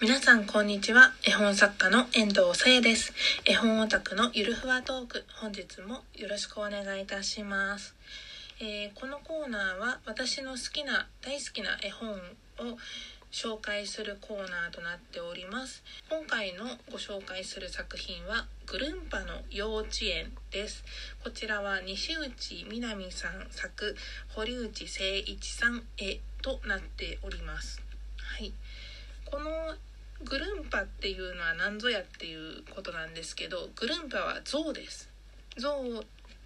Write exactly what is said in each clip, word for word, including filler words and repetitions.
皆さんこんにちは。絵本作家の遠藤さやです。絵本オタクのゆるふわトーク、本日もよろしくお願いいたします。えー、このコーナーは私の好きな大好きな絵本を紹介するコーナーとなっております。今回のご紹介する作品はぐるんぱの幼稚園です。こちらは西内みなみさん作、堀内誠一さん絵となっております。はい。このぐるんぱっていうのは何ぞやっていうことなんですけど、ぐるんぱは象です。象の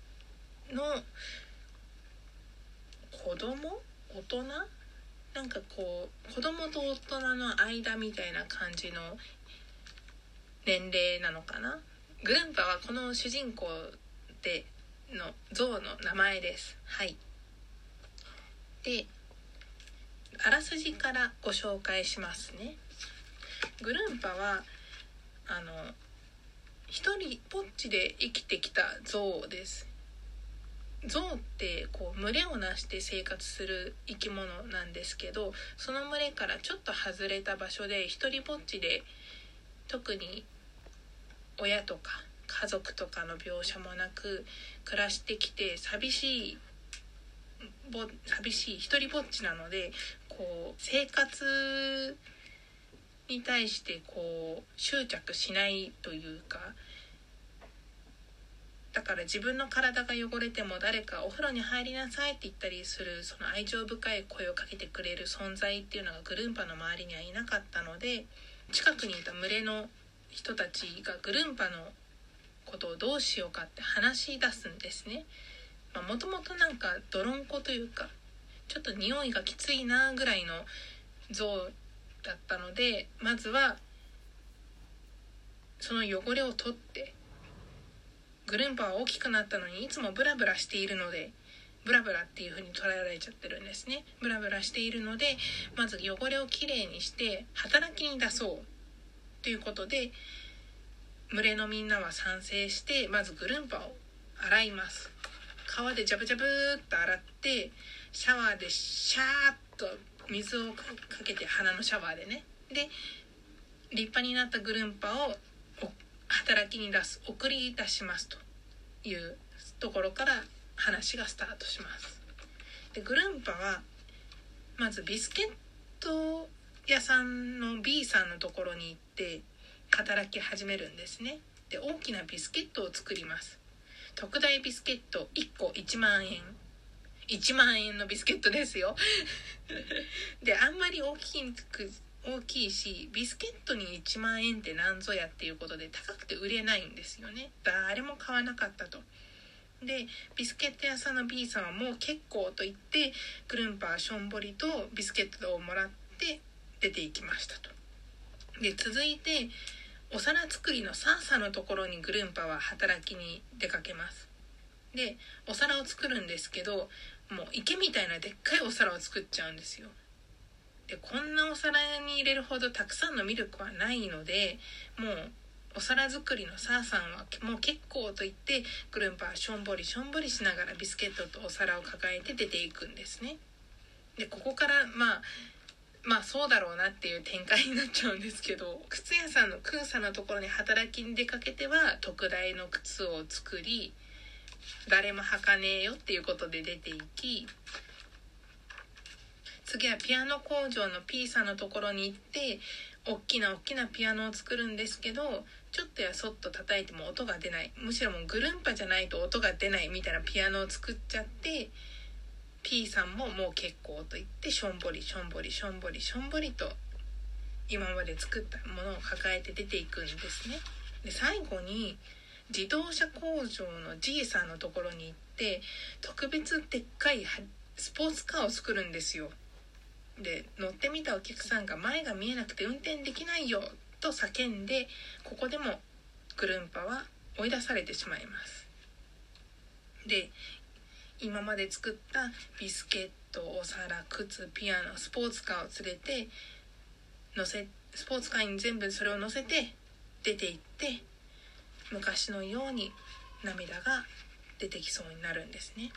子供大人なんかこう子供と大人の間みたいな感じの年齢なのかな。ぐるんぱはこの主人公での象の名前です。はい。で、あらすじからご紹介しますね。ぐるんぱはあの一人ぼっちで生きてきた象です。象ってこう群れをなして生活する生き物なんですけど、その群れからちょっと外れた場所で一人ぼっちで、特に親とか家族とかの描写もなく暮らしてきて、寂しいぼ寂しい一人ぼっちなので、こう生活に対してこう執着しないというか、だから自分の体が汚れても誰かお風呂に入りなさいって言ったりする、その愛情深い声をかけてくれる存在っていうのがぐるんぱの周りにはいなかったので、近くにいた群れの人たちがぐるんぱのことをどうしようかって話し出すんですね。もともとなんか泥んこというか、ちょっと匂いがきついなぐらいの象だったので、まずはその汚れを取って、ぐるんぱは大きくなったのにいつもブラブラしているので、ブラブラっていう風に捉えられちゃってるんですね。ブラブラしているので、まず汚れをきれいにして働きに出そうということで、群れのみんなは賛成して、まずぐるんぱを洗います。川でジャブジャブーっと洗って、シャワーでシャーっと水をかけて、鼻のシャワーでね、で立派になったぐるんぱを働きに出す、送り出しますというところから話がスタートします。で、ぐるんぱはまずビスケット屋さんの B さんのところに行って働き始めるんですね。で、大きなビスケットを作ります。特大ビスケットいっこいちまんえん、いちまんえんのビスケットですよで、あんまり大きく大きいし、ビスケットにいちまんえんってなんぞやっていうことで高くて売れないんですよね。誰も買わなかったと。で、ビスケット屋さんの B さんはもう結構と言って、ぐるんぱはしょんぼりとビスケットをもらって出ていきましたと。で、続いてお皿作りのサーサのところにぐるんぱは働きに出かけます。で、お皿を作るんですけど、もう池みたいなでっかいお皿を作っちゃうんですよ。で、こんなお皿に入れるほどたくさんのミルクはないので、もうお皿作りのサーさんはもう結構と言って、ぐるんぱはしょんぼりしょんぼりしながらビスケットとお皿を抱えて出ていくんですね。で、ここからまあまあそうだろうなっていう展開になっちゃうんですけど、靴屋さんのクーさんのところに働きに出かけては特大の靴を作り、誰も履かねえよっていうことで出ていき、次はピアノ工場の P さんのところに行って大きな大きなピアノを作るんですけど、ちょっとやそっと叩いても音が出ない、むしろもうぐるんぱじゃないと音が出ないみたいなピアノを作っちゃって、 P さんももう結構と言ってしょんぼりしょんぼりしょんぼりしょんぼりと今まで作ったものを抱えて出ていくんですね。で、最後に自動車工場の G さんのところに行って特別でっかいスポーツカーを作るんですよ。で、乗ってみたお客さんが前が見えなくて運転できないよと叫んで、ここでもぐるんぱは追い出されてしまいます。で、今まで作ったビスケット、お皿、靴、ピアノ、スポーツカーを連れて乗せスポーツカーに全部それを乗せて出て行って、昔のように涙が出てきそうになるんですね。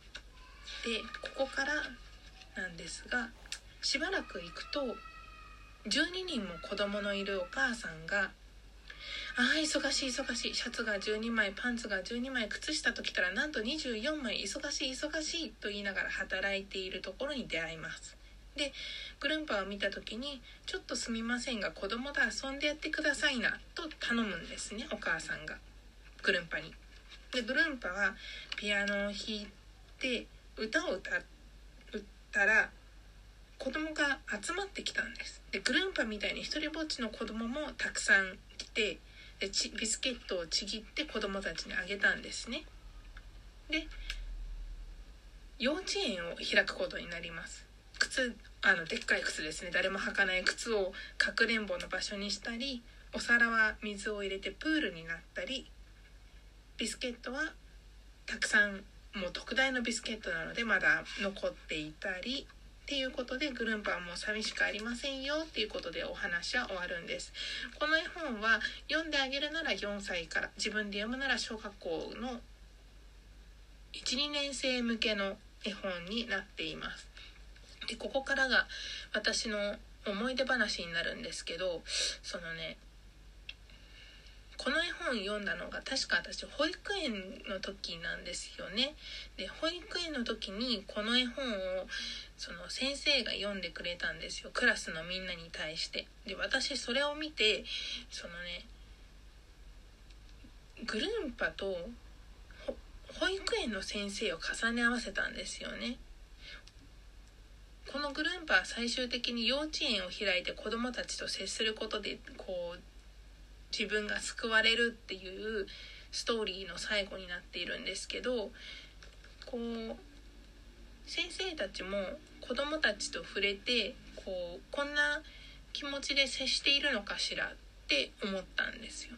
で、ここからなんですが、しばらく行くとじゅうににんも子供のいるお母さんが、ああ忙しい忙しい、シャツがじゅうにまい、パンツがじゅうにまい、靴下ときたらなんとにじゅうよんまい、忙しい忙しいと言いながら働いているところに出会います。でグルンパを見た時に、ちょっとすみませんが子供と遊んでやってくださいなと頼むんですね、お母さんがグルンパに。でグルンパはピアノを弾いて歌を歌ったら子供が集まってきたんです。でグルンパみたいに一人ぼっちの子供もたくさん来て、でちビスケットをちぎって子供たちにあげたんですね。で幼稚園を開くことになります。靴、あのでっかい靴ですね、誰も履かない靴をかくれんぼの場所にしたり、お皿は水を入れてプールになったり、ビスケットはたくさん、もう特大のビスケットなのでまだ残っていたりっていうことで、グルンパはもう寂しくありませんよっていうことでお話は終わるんです。この絵本は読んであげるならよんさいから、自分で読むなら小学校のいち、にねん生向けの絵本になっています。でここからが私の思い出話になるんですけど、そのねこの絵本読んだのが確か私保育園の時なんですよね。で保育園の時にこの絵本をその先生が読んでくれたんですよ、クラスのみんなに対して。で私それを見て、そのねグルンパと保育園の先生を重ね合わせたんですよね。このグルンパは最終的に幼稚園を開いて子どもたちと接することでこう自分が救われるっていうストーリーの最後になっているんですけど、こう先生たちも子どもたちと触れてこうこんな気持ちで接しているのかしらって思ったんですよ。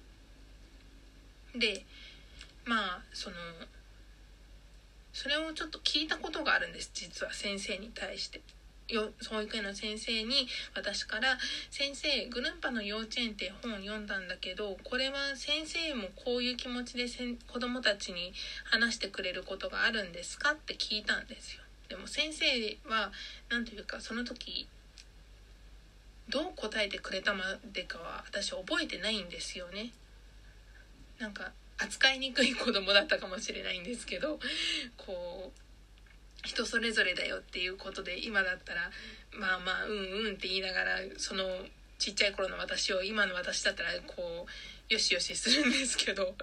でまあそのそれをちょっと聞いたことがあるんです、実は先生に対して。よ保育園の先生に私から「先生グルンパの幼稚園って本を読んだんだけど、これは先生もこういう気持ちでせん子供たちに話してくれることがあるんですか?」って聞いたんですよ。でも先生はなんというかその時どう答えてくれたまでかは私覚えてないんですよね。なんか扱いにくい子供だったかもしれないんですけど、こう人それぞれだよっていうことで、今だったらまあまあうんうんって言いながら、そのちっちゃい頃の私を今の私だったらこうよしよしするんですけど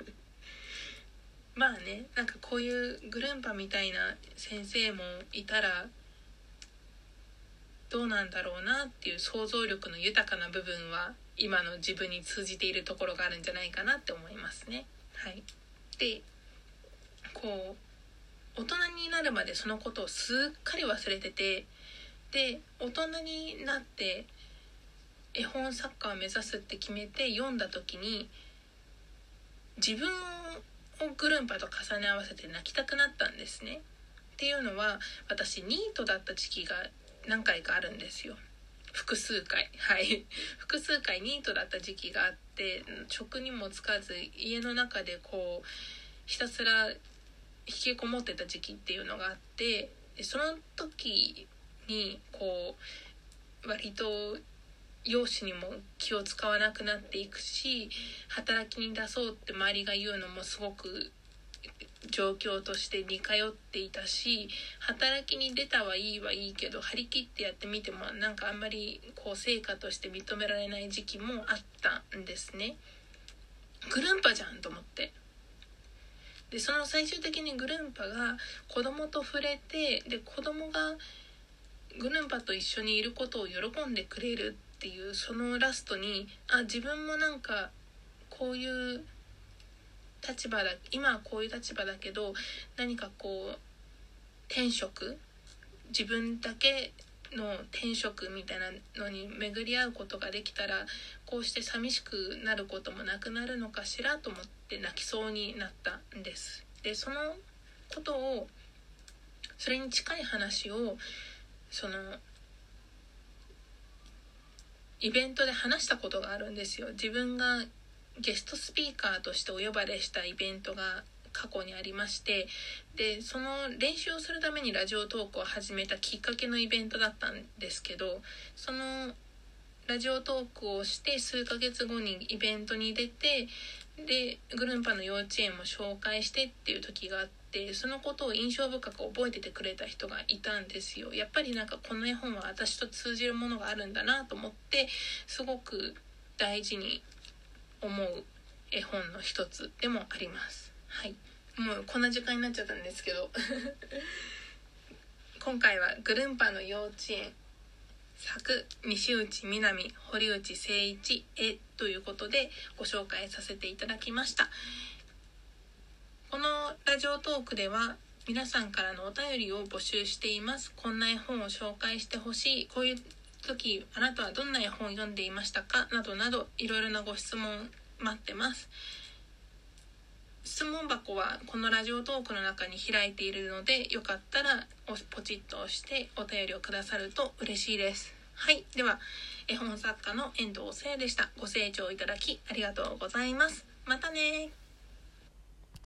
まあね、なんかこういうグルンパみたいな先生もいたらどうなんだろうなっていう想像力の豊かな部分は今の自分に通じているところがあるんじゃないかなって思いますね。はい。で、こう大人になるまでそのことをすっかり忘れてて、で大人になって絵本作家を目指すって決めて読んだ時に、自分をグルンパと重ね合わせて泣きたくなったんですね。っていうのは私ニートだった時期が何回かあるんですよ。複数回はい複数回ニートだった時期があって、職にも就かず家の中でこうひたすら引きこもってた時期っていうのがあって、でその時にこう割と容姿にも気を使わなくなっていくし、働きに出そうって周りが言うのもすごく状況として似通っていたし、働きに出たはいいはいいけど張り切ってやってみてもなんかあんまりこう成果として認められない時期もあったんですね。グルンパじゃんと思って、でその最終的にグルンパが子供と触れて、で子供がグルンパと一緒にいることを喜んでくれるっていうそのラストに、あ自分もなんかこういう立場だ、今はこういう立場だけど何かこう転職、自分だけの転職みたいなのに巡り合うことができたら、こうして寂しくなることもなくなるのかしらと思って泣きそうになったんです。でそのことを、それに近い話をそのイベントで話したことがあるんですよ。自分がゲストスピーカーとしてお呼ばれしたイベントが過去にありまして、でその練習をするためにラジオトークを始めたきっかけのイベントだったんですけど、そのラジオトークをして数ヶ月後にイベントに出て、でぐるんぱの幼稚園も紹介してっていう時があって、そのことを印象深く覚えててくれた人がいたんですよ。やっぱりなんかこの絵本は私と通じるものがあるんだなと思って、すごく大事に思う絵本の一つでもあります。はい、もうこんな時間になっちゃったんですけど今回はぐるんぱの幼稚園作西内みなみ堀内誠一絵ということでご紹介させていただきました。このラジオトークでは皆さんからのお便りを募集しています。こんな絵本を紹介してほしい、こういう時あなたはどんな絵本を読んでいましたか、などなどいろいろなご質問待ってます。質問箱はこのラジオトークの中に開いているので、よかったらポチッと押してお便りをくださると嬉しいです。はい、では絵本作家の遠藤聖でした。ご清聴いただきありがとうございます。またね。